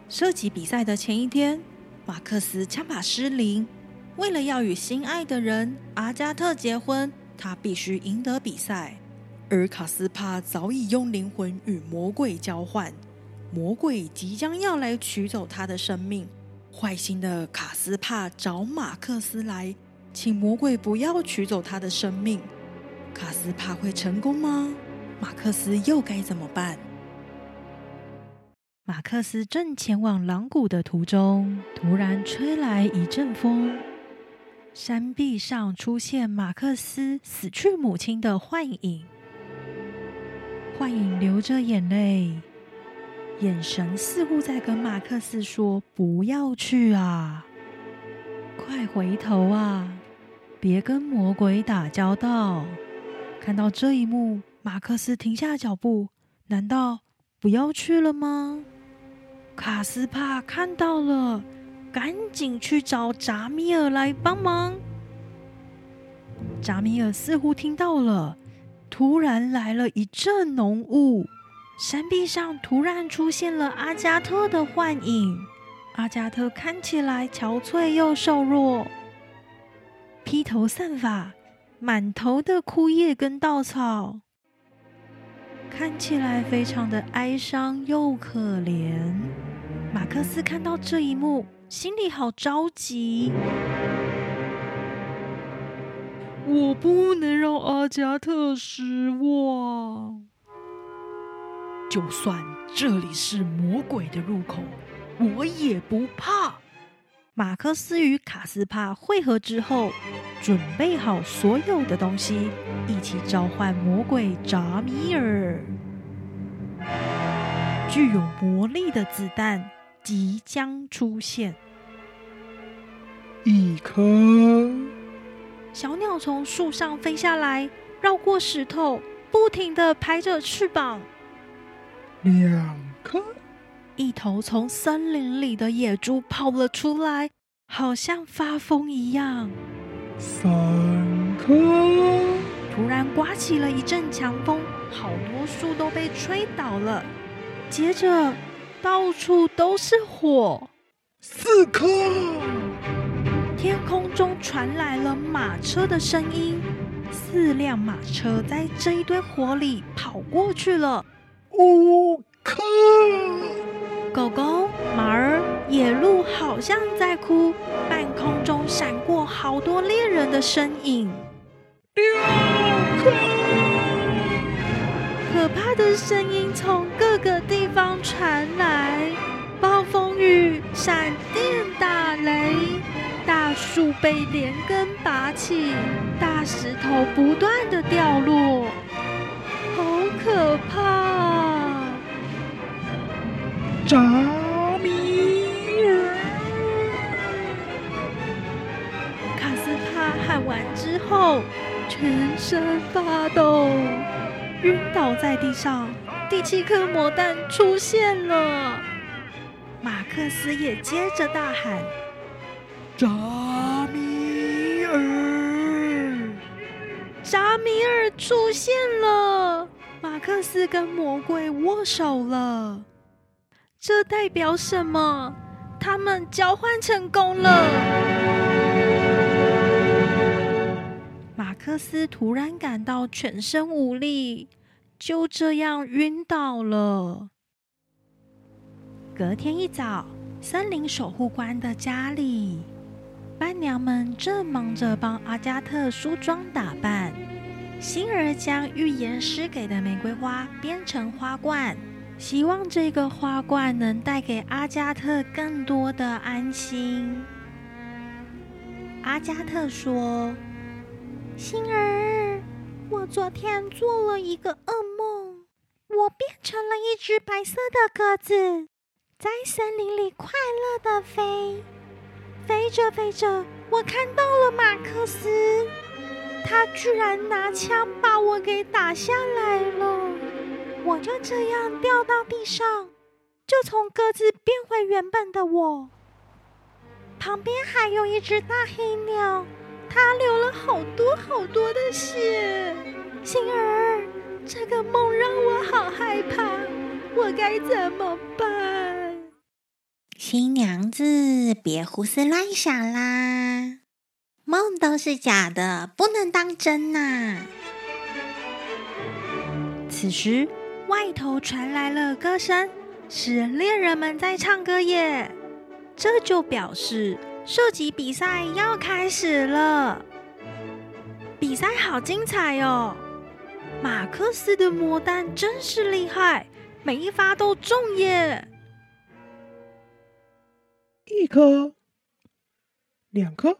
射击比赛的前一天，马克思枪法失灵，为了要与心爱的人阿加特结婚，他必须赢得比赛。而卡斯帕早已用灵魂与魔鬼交换，魔鬼即将要来取走他的生命。坏心的卡斯帕找马克思来，请魔鬼不要取走他的生命。卡斯帕会成功吗？马克思又该怎么办？马克思正前往狼谷的途中，突然吹来一阵风，山壁上出现马克思死去母亲的幻影。幻影流着眼泪，眼神似乎在跟马克思说：“不要去啊，快回头啊，别跟魔鬼打交道。”看到这一幕，马克思停下脚步，难道不要去了吗？卡斯帕看到了，赶紧去找扎米尔来帮忙。扎米尔似乎听到了，突然来了一阵浓雾，山壁上突然出现了阿加特的幻影。阿加特看起来憔悴又瘦弱，披头散发，满头的枯叶跟稻草，看起来非常的哀伤又可怜。马克思看到这一幕，心里好着急。我不能让阿加特失望。就算这里是魔鬼的入口，我也不怕。马克思与卡斯帕会合之后，准备好所有的东西，一起召唤魔鬼扎米尔。具有魔力的子弹即将出现。 一颗， 小鸟从树上飞下来，绕过石头，不停地拍着翅膀。 两颗， 一头从森林里的野猪跑了出来，好像发疯一样。 三颗， 突然刮起了一阵强风，好多树都被吹倒了。接着，到处都是火。 四颗， 天空中传来了马车的声音，4辆马车在这一堆火里跑过去了。 五颗， 狗狗、马儿、野鹿好像在哭，半空中闪过好多猎人的身影。 六颗， 可怕的声音从各个地方传来，暴风雨、闪电、打雷，大树被连根拔起，大石头不断的掉落，好可怕！ 扎米尔， 卡斯帕喊完之后，全身发抖，晕倒在地上。第7颗魔弹出现了，马克思也接着大喊：“ 扎米尔！” 扎米尔出现了，马克思跟魔鬼握手了。这代表什么？他们交换成功了。马克思突然感到全身无力，就这样晕倒了。隔天一早，森林守护官的家里，伴娘们正忙着帮阿加特梳妆打扮。星儿将预言师给的玫瑰花编成花冠，希望这个花冠能带给阿加特更多的安心。阿加特说：“星儿，我昨天做了一个噩梦，我变成了一只白色的鸽子，在森林里快乐的飞。飞着飞着，我看到了马克思，他居然拿枪把我给打下来了。我就这样掉到地上，就从鸽子变回原本的我。旁边还有一只大黑鸟，它流了好多好多的血。星儿，这个梦让我好害怕，我该怎么办？” 新娘子，别胡思乱想啦，梦都是假的，不能当真呐。 此时，外头传来了歌声，是猎人们在唱歌耶。这就表示射击比赛要开始了。比赛好精彩哦！马克思的魔弹真是厉害，每一发都中耶 ！1颗，2颗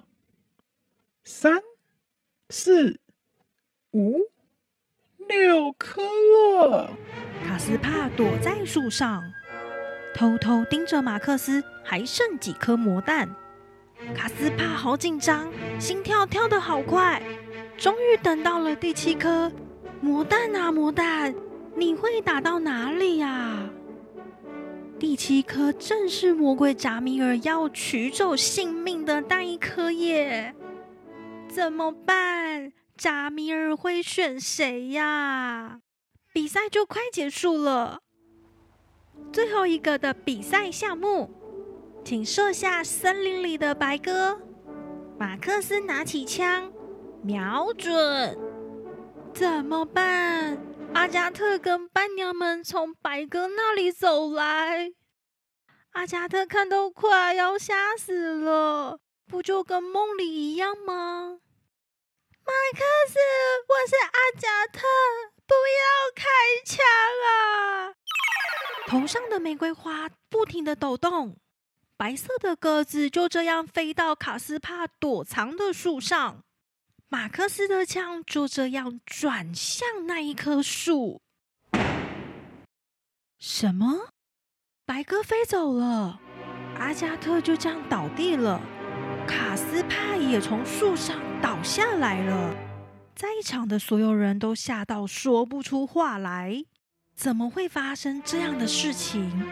，3、4、5、6颗了。 卡斯帕躲在树上，偷偷盯着马克思，还剩几颗魔弹。卡斯帕好紧张，心跳跳得好快。终于等到了第7颗魔弹啊，魔弹，你会打到哪里呀？第7颗正是魔鬼扎米尔要取走性命的那一颗耶！怎么办？扎米尔会选谁呀？比赛就快结束了，最后一个的比赛项目，请射下森林里的白鸽。马克思拿起枪，瞄准。怎么办？阿加特跟伴娘们从白鸽那里走来，阿加特看都快要吓死了，不就跟梦里一样吗？马克思，我是阿加特，不要开枪啊！头上的玫瑰花不停地抖动，白色的鸽子就这样飞到卡斯帕躲藏的树上。马克思的枪就这样转向那一棵树。什么？白鸽飞走了，阿加特就这样倒地了，卡斯帕也从树上倒下来了。在场的所有人都吓到说不出话来，怎么会发生这样的事情？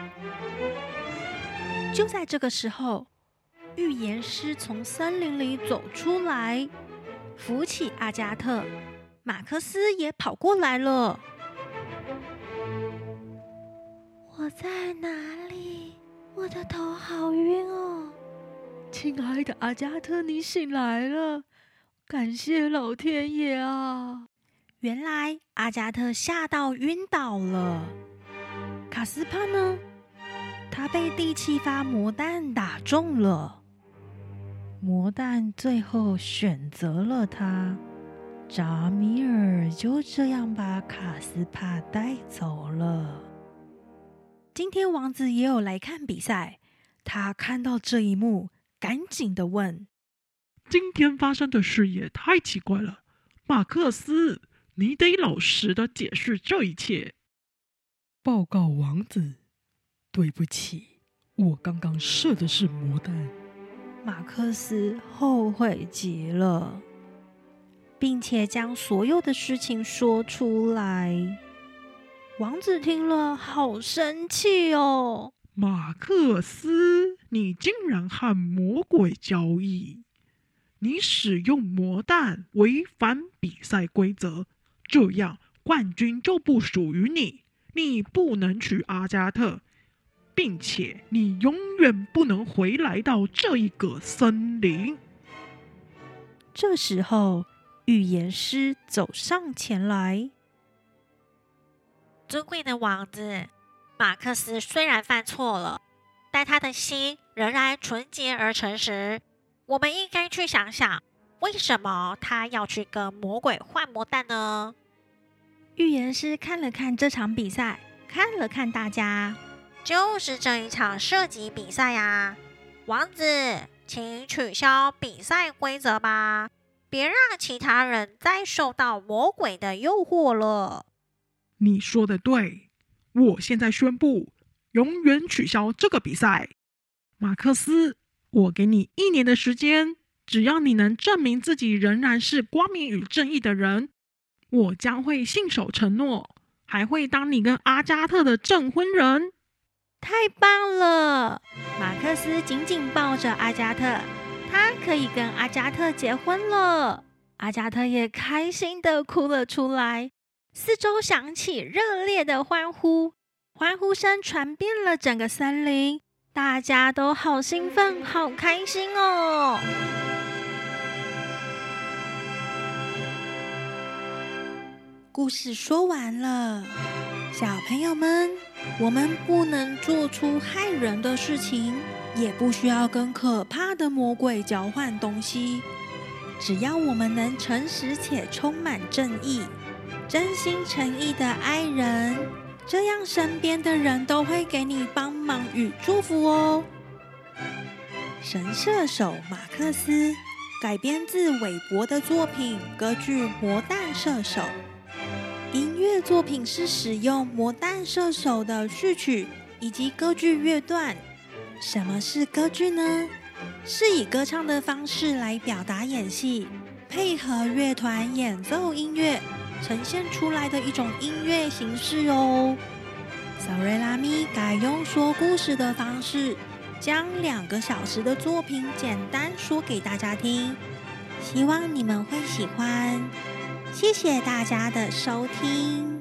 就在这个时候，预言师从森林里走出来，扶起阿加特，马克思也跑过来了。我在哪里？我的头好晕哦！亲爱的阿加特，你醒来了，感谢老天爷啊！原来阿加特吓到晕倒了。卡斯帕呢？他被第7发魔弹打中了。魔弹最后选择了他，扎米尔就这样把卡斯帕带走了。今天王子也有来看比赛，他看到这一幕，赶紧的问： 今天发生的事也太奇怪了，马克思，你得老实的解释这一切。报告王子，对不起，我刚刚射的是魔弹。 马克思后悔极了，并且将所有的事情说出来。王子听了好生气哦！ 马克思，你竟然和魔鬼交易！你使用魔弹违反比赛规则，这样冠军就不属于你，你不能娶阿加特，并且你永远不能回来到这一个森林。 这时候，预言师走上前来。 尊贵的王子，马克思虽然犯错了，但他的心仍然纯洁而诚实。我们应该去想想，为什么他要去跟魔鬼换魔弹呢？ 预言师看了看这场比赛，看了看大家， 就是这一场射击比赛呀！王子，请取消比赛规则吧，别让其他人再受到魔鬼的诱惑了。 你说的对，我现在宣布，永远取消这个比赛。马克思，我给你1年的时间，只要你能证明自己仍然是光明与正义的人，我将会信守承诺，还会当你跟阿加特的证婚人。 太棒了！马克思紧紧抱着阿加特，他可以跟阿加特结婚了。阿加特也开心地哭了出来，四周响起热烈的欢呼，欢呼声传遍了整个森林。 大家都好兴奋，好开心哦！故事说完了，小朋友们，我们不能做出害人的事情，也不需要跟可怕的魔鬼交换东西。只要我们能诚实且充满正义，真心诚意的爱人，这样身边的人都会给你帮忙与祝福哦。神射手马克思改编自韦伯的作品歌剧《魔弹射手》，音乐作品是使用魔弹射手的序曲以及歌剧乐段。什么是歌剧呢？是以歌唱的方式来表达演戏，配合乐团演奏音乐，呈现出来的一种音乐形式哦。小瑞拉咪改用说故事的方式，将2个小时的作品简单说给大家听，希望你们会喜欢。谢谢大家的收听。